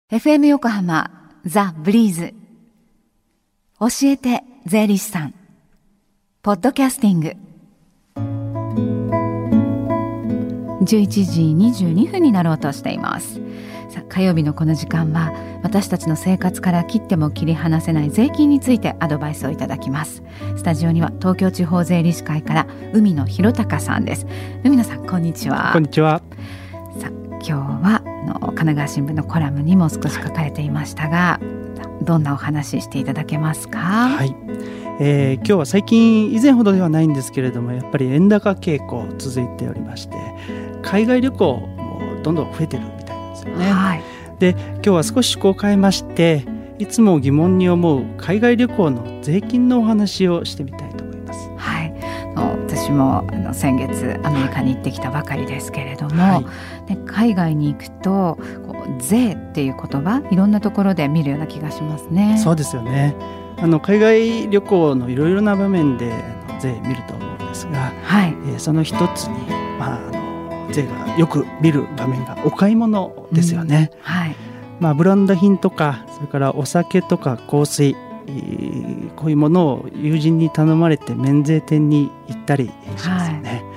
FM 横浜ザ・ブリーズ教えて税理士さんポッドキャスティング11時22分になろうとしています。さあ、火曜日のこの時間は私たちの生活から切っても切り離せない税金についてアドバイスをいただきます。スタジオには東京地方税理士会から海野博隆さんです。海野さん、こんにちは。 こんにちは。 さあ、今日は神奈川新聞のコラムにも少し書かれていましたが、どんなお話していただけますか？ はい、今日は最近以前ほどではないんですけれども、やっぱり円高傾向続いておりまして、海外旅行もどんどん増えてるみたいなんですよね。はい、で今日は少し趣向を変えまして、いつも疑問に思う海外旅行の税金のお話をしてみたいと思います。 はい、私も先月アメリカに行ってきたばかりですけれども、はい、で海外に行くと税っていう言葉、いろんなところで見るような気がしますね。 そうですよね。海外旅行のいろいろな場面で税見ると思うんですが、はい、その一つに、税がよく見る場面がお買い物ですよね。はい、ブランド品とか、それからお酒とか香水、こういうものを友人に頼まれて免税店に行ったりしますよね。はい、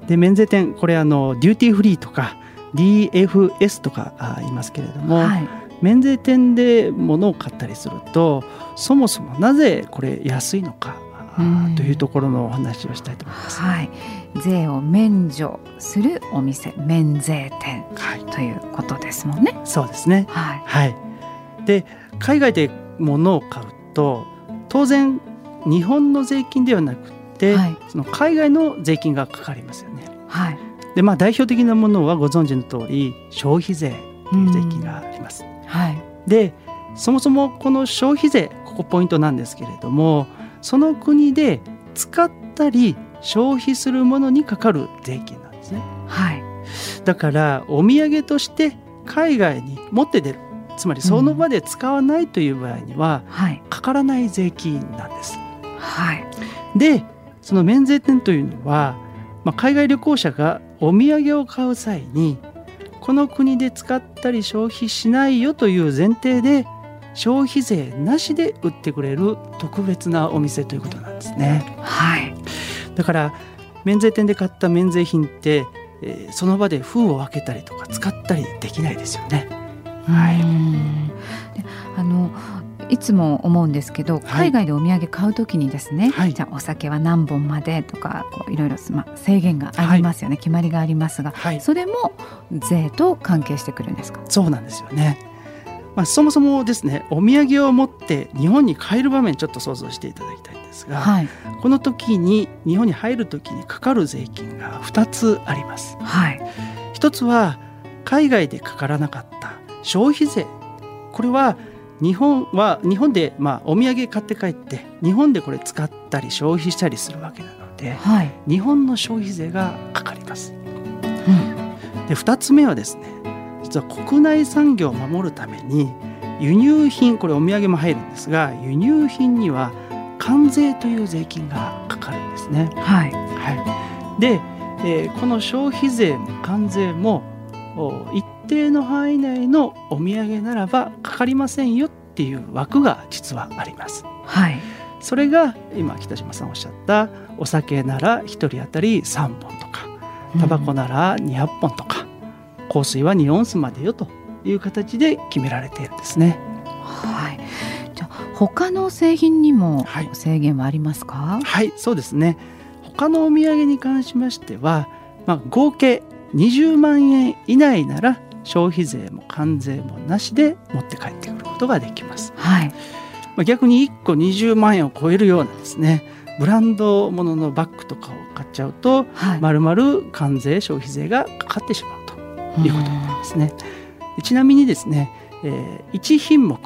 で免税店、これデューティーフリーとか DFS とか言いますけれども、はい、免税店で物を買ったりすると、そもそもなぜこれ安いのかというところのお話をしたいと思います。 はい、税を免除するお店、免税店、はい、ということですもんね。 そうですね。はいはい、で海外で物を買うと、当然日本の税金ではなくて、はい、その海外の税金がかかりますよね。はい、で代表的なものはご存知の通り消費税という税金があります。はい、でそもそもこの消費税、ここポイントなんですけれども、その国で使ったり消費するものにかかる税金なんですね。はい、だからお土産として海外に持って出る、つまりその場で使わないという場合には、かからない税金なんです。はい、でその免税店というのは、海外旅行者がお土産を買う際に、この国で使ったり消費しないよという前提で消費税なしで売ってくれる特別なお店ということなんですね。はい、だから免税店で買った免税品って、その場で封を開けたりとか使ったりできないですよね。はい、 でいつも思うんですけど、海外でお土産買うときにですね、はい、じゃあお酒は何本までとかいろいろ制限がありますよね。はい、決まりがありますが、はい、それも税と関係してくるんですか？ そうなんですよね。そもそもですね、お土産を持って日本に帰る場面ちょっと想像していただきたいんですが、はい、この時に日本に入る時にかかる税金が2つあります。はい、1つは海外でかからなかった消費税。これは日本でお土産買って帰って日本でこれ使ったり消費したりするわけなので、はい、日本の消費税がかかります。で2つ目はですね、実は国内産業を守るために輸入品、これお土産も入るんですが、輸入品には関税という税金がかかるんですね。はいはい、で、この消費税も関税も一定の範囲内のお土産ならばかかりませんよっていう枠が実はあります。はい、それが今北島さんおっしゃったお酒なら1人当たり3本とか、タバコなら200本とか、香水は2オンスまでよという形で決められているんですね。 はい、じゃあ他の製品にも制限はありますか？ はい、はい、そうですね。他のお土産に関しましては、合計20万円以内なら消費税も関税もなしで持って帰ってくることができます。はい、逆に1個20万円を超えるようなですね、ブランド物のバッグとかを買っちゃうと、丸々関税消費税がかかってしまうということなんですね。ちなみにですね、1品目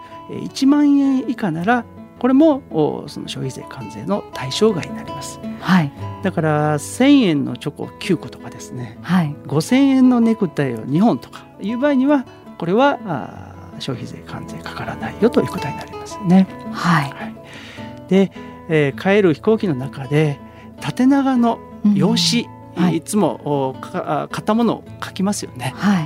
1万円以下ならこれもその消費税関税の対象外になります。はい、だから1000円のチョコ9個とかですね、はい、5000円のネクタイを2本とかいう場合には、これは消費税関税かからないよということになりますね。はいはい、で、帰る飛行機の中で縦長の用紙、いつも買ったものを書きますよね。はい、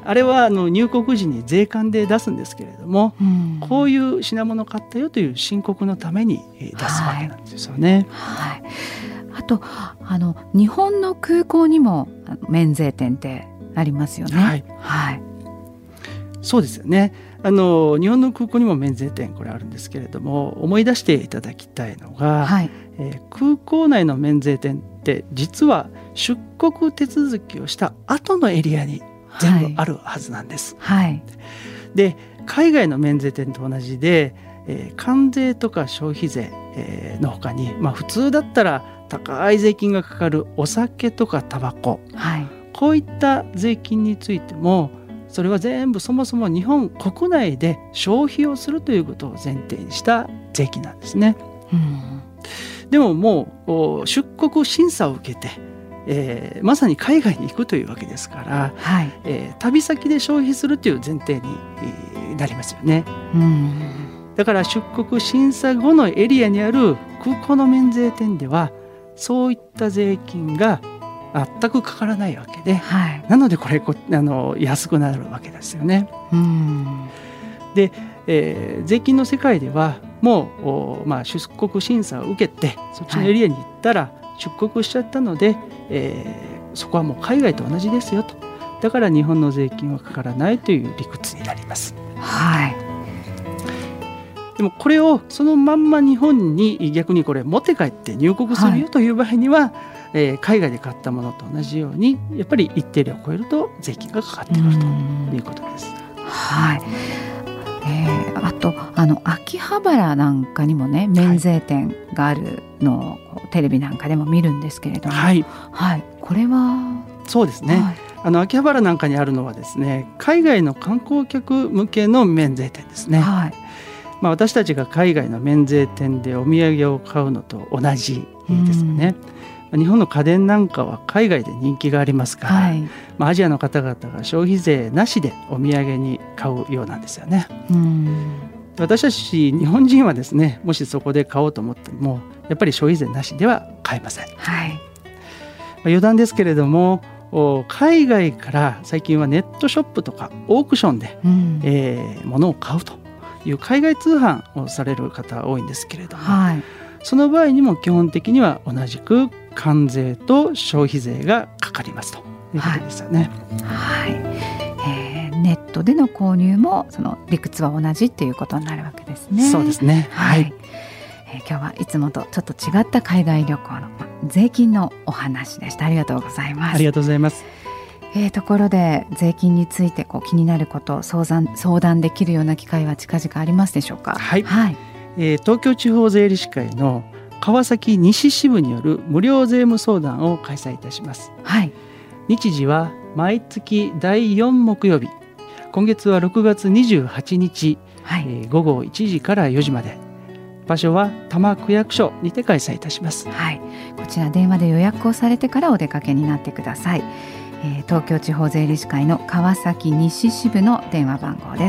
あれは入国時に税関で出すんですけれども、こういう品物買ったよという申告のために出すわけなんですよね。 はい、あと日本の空港にも免税店ってありますよね。 はいはい、そうですよね。日本の空港にも免税店これあるんですけれども、思い出していただきたいのが、はい、空港内の免税店って実は出国手続きをした後のエリアに全部あるはずなんです。はい、で海外の免税店と同じで、関税とか消費税、の他に、普通だったら高い税金がかかるお酒とかタバコ、はい、こういった税金についてもそれは全部そもそも日本国内で消費をするということを前提にした税金なんですね。でももう出国審査を受けて、まさに海外に行くというわけですから、はい、旅先で消費するという前提になりますよね。だから出国審査後のエリアにある空港の免税店ではそういった税金が全くかからないわけで、はい、なのでこれ安くなるわけですよね。で、税金の世界ではもう、出国審査を受けてそっちのエリアに行ったら出国しちゃったので、そこはもう海外と同じですよと。だから日本の税金はかからないという理屈になります。はい、でもこれをそのまんま日本に逆にこれ持って帰って入国するよという場合には、海外で買ったものと同じようにやっぱり一定量を超えると税金がかかってくるということです。はい、 あと秋葉原なんかにもね免税店があるのをテレビなんかでも見るんですけれども、はいはい、これはそうですね、はい、秋葉原なんかにあるのはですね海外の観光客向けの免税店ですね。はい、私たちが海外の免税店でお土産を買うのと同じですよね。日本の家電なんかは海外で人気がありますから、はい、アジアの方々が消費税なしでお土産に買うようなんですよね。私たち日本人はですねもしそこで買おうと思ってもやっぱり消費税なしでは買えません。はい、余談ですけれども海外から最近はネットショップとかオークションで、物を買うという海外通販をされる方多いんですけれども、はい、その場合にも基本的には同じく関税と消費税がかかりますということですよね。はい、 ネットでの購入もその理屈は同じっていうことになるわけですね。 そうですね。はい、 今日はいつもとちょっと違った海外旅行の税金のお話でした。ありがとうございます。 ありがとうございます。 ところで税金について気になること相談できるような機会は近々ありますでしょうか。 はい、はい、東京地方税理士会の川崎西支部による無料税務相談を開催いたします。はい、日時は毎月第4木曜日、今月は6月28日、はい、午後1時から4時まで、場所は多摩区役所にて開催いたします。 はい、こちら電話で予約をされてからお出かけになってください。東京地方税理士会の川崎西支部の電話番号です。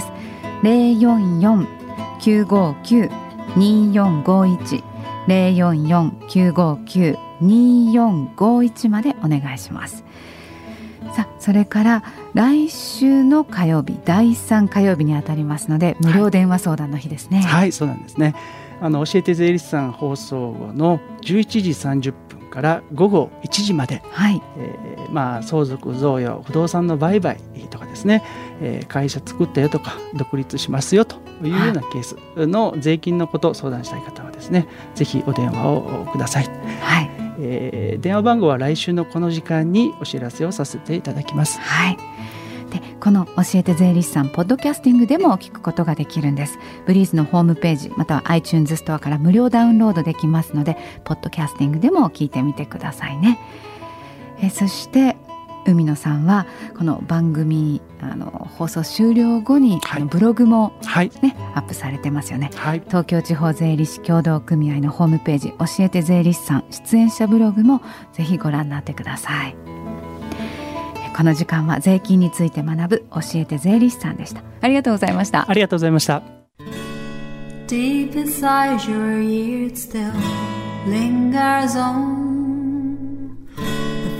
044-959-2451 044-959-2451 までお願いします。さあ、それから来週の火曜日第3火曜日にあたりますので無料電話相談の日ですね。 はい、はい、そうなんですね。教えて税理士さん放送後の11時30分から午後1時まで、はい、相続贈与不動産の売買とかですね、会社作ったよとか独立しますよというようなケースの税金のことを相談したい方はですねぜひお電話をください。はい、電話番号は来週のこの時間にお知らせをさせていただきます。 はい、でこの教えて税理士さんポッドキャスティングでも聞くことができるんです。ブリーズのホームページまたは iTunes ストアから無料ダウンロードできますのでポッドキャスティングでも聞いてみてくださいね。そして海野さんはこの番組放送終了後に、はい、ブログも、ね、はい、アップされてますよね。はい、東京地方税理士協同組合のホームページ教えて税理士さん出演者ブログもぜひご覧になってください。この時間は税金について学ぶ教えて税理士さんでした。ありがとうございました。 ありがとうございました。 Deep inside your ears still lingers on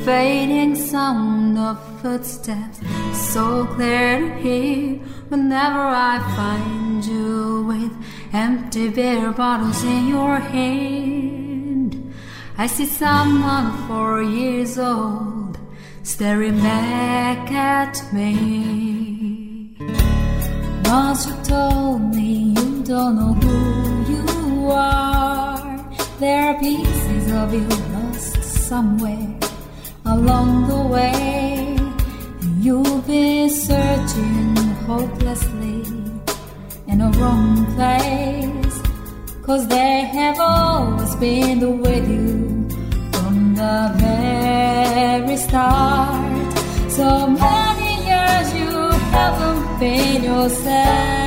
fading sound of footsteps, so clear to hear whenever I find you with empty beer bottles in your hand. I see someone 4 years old staring back at me. Once you told me you don't know who you are, there are pieces of you lost somewhere along the way, and you've been searching hopelessly in a wrong place, 'cause they have always been with you from the very start. So many years you haven't been yourself.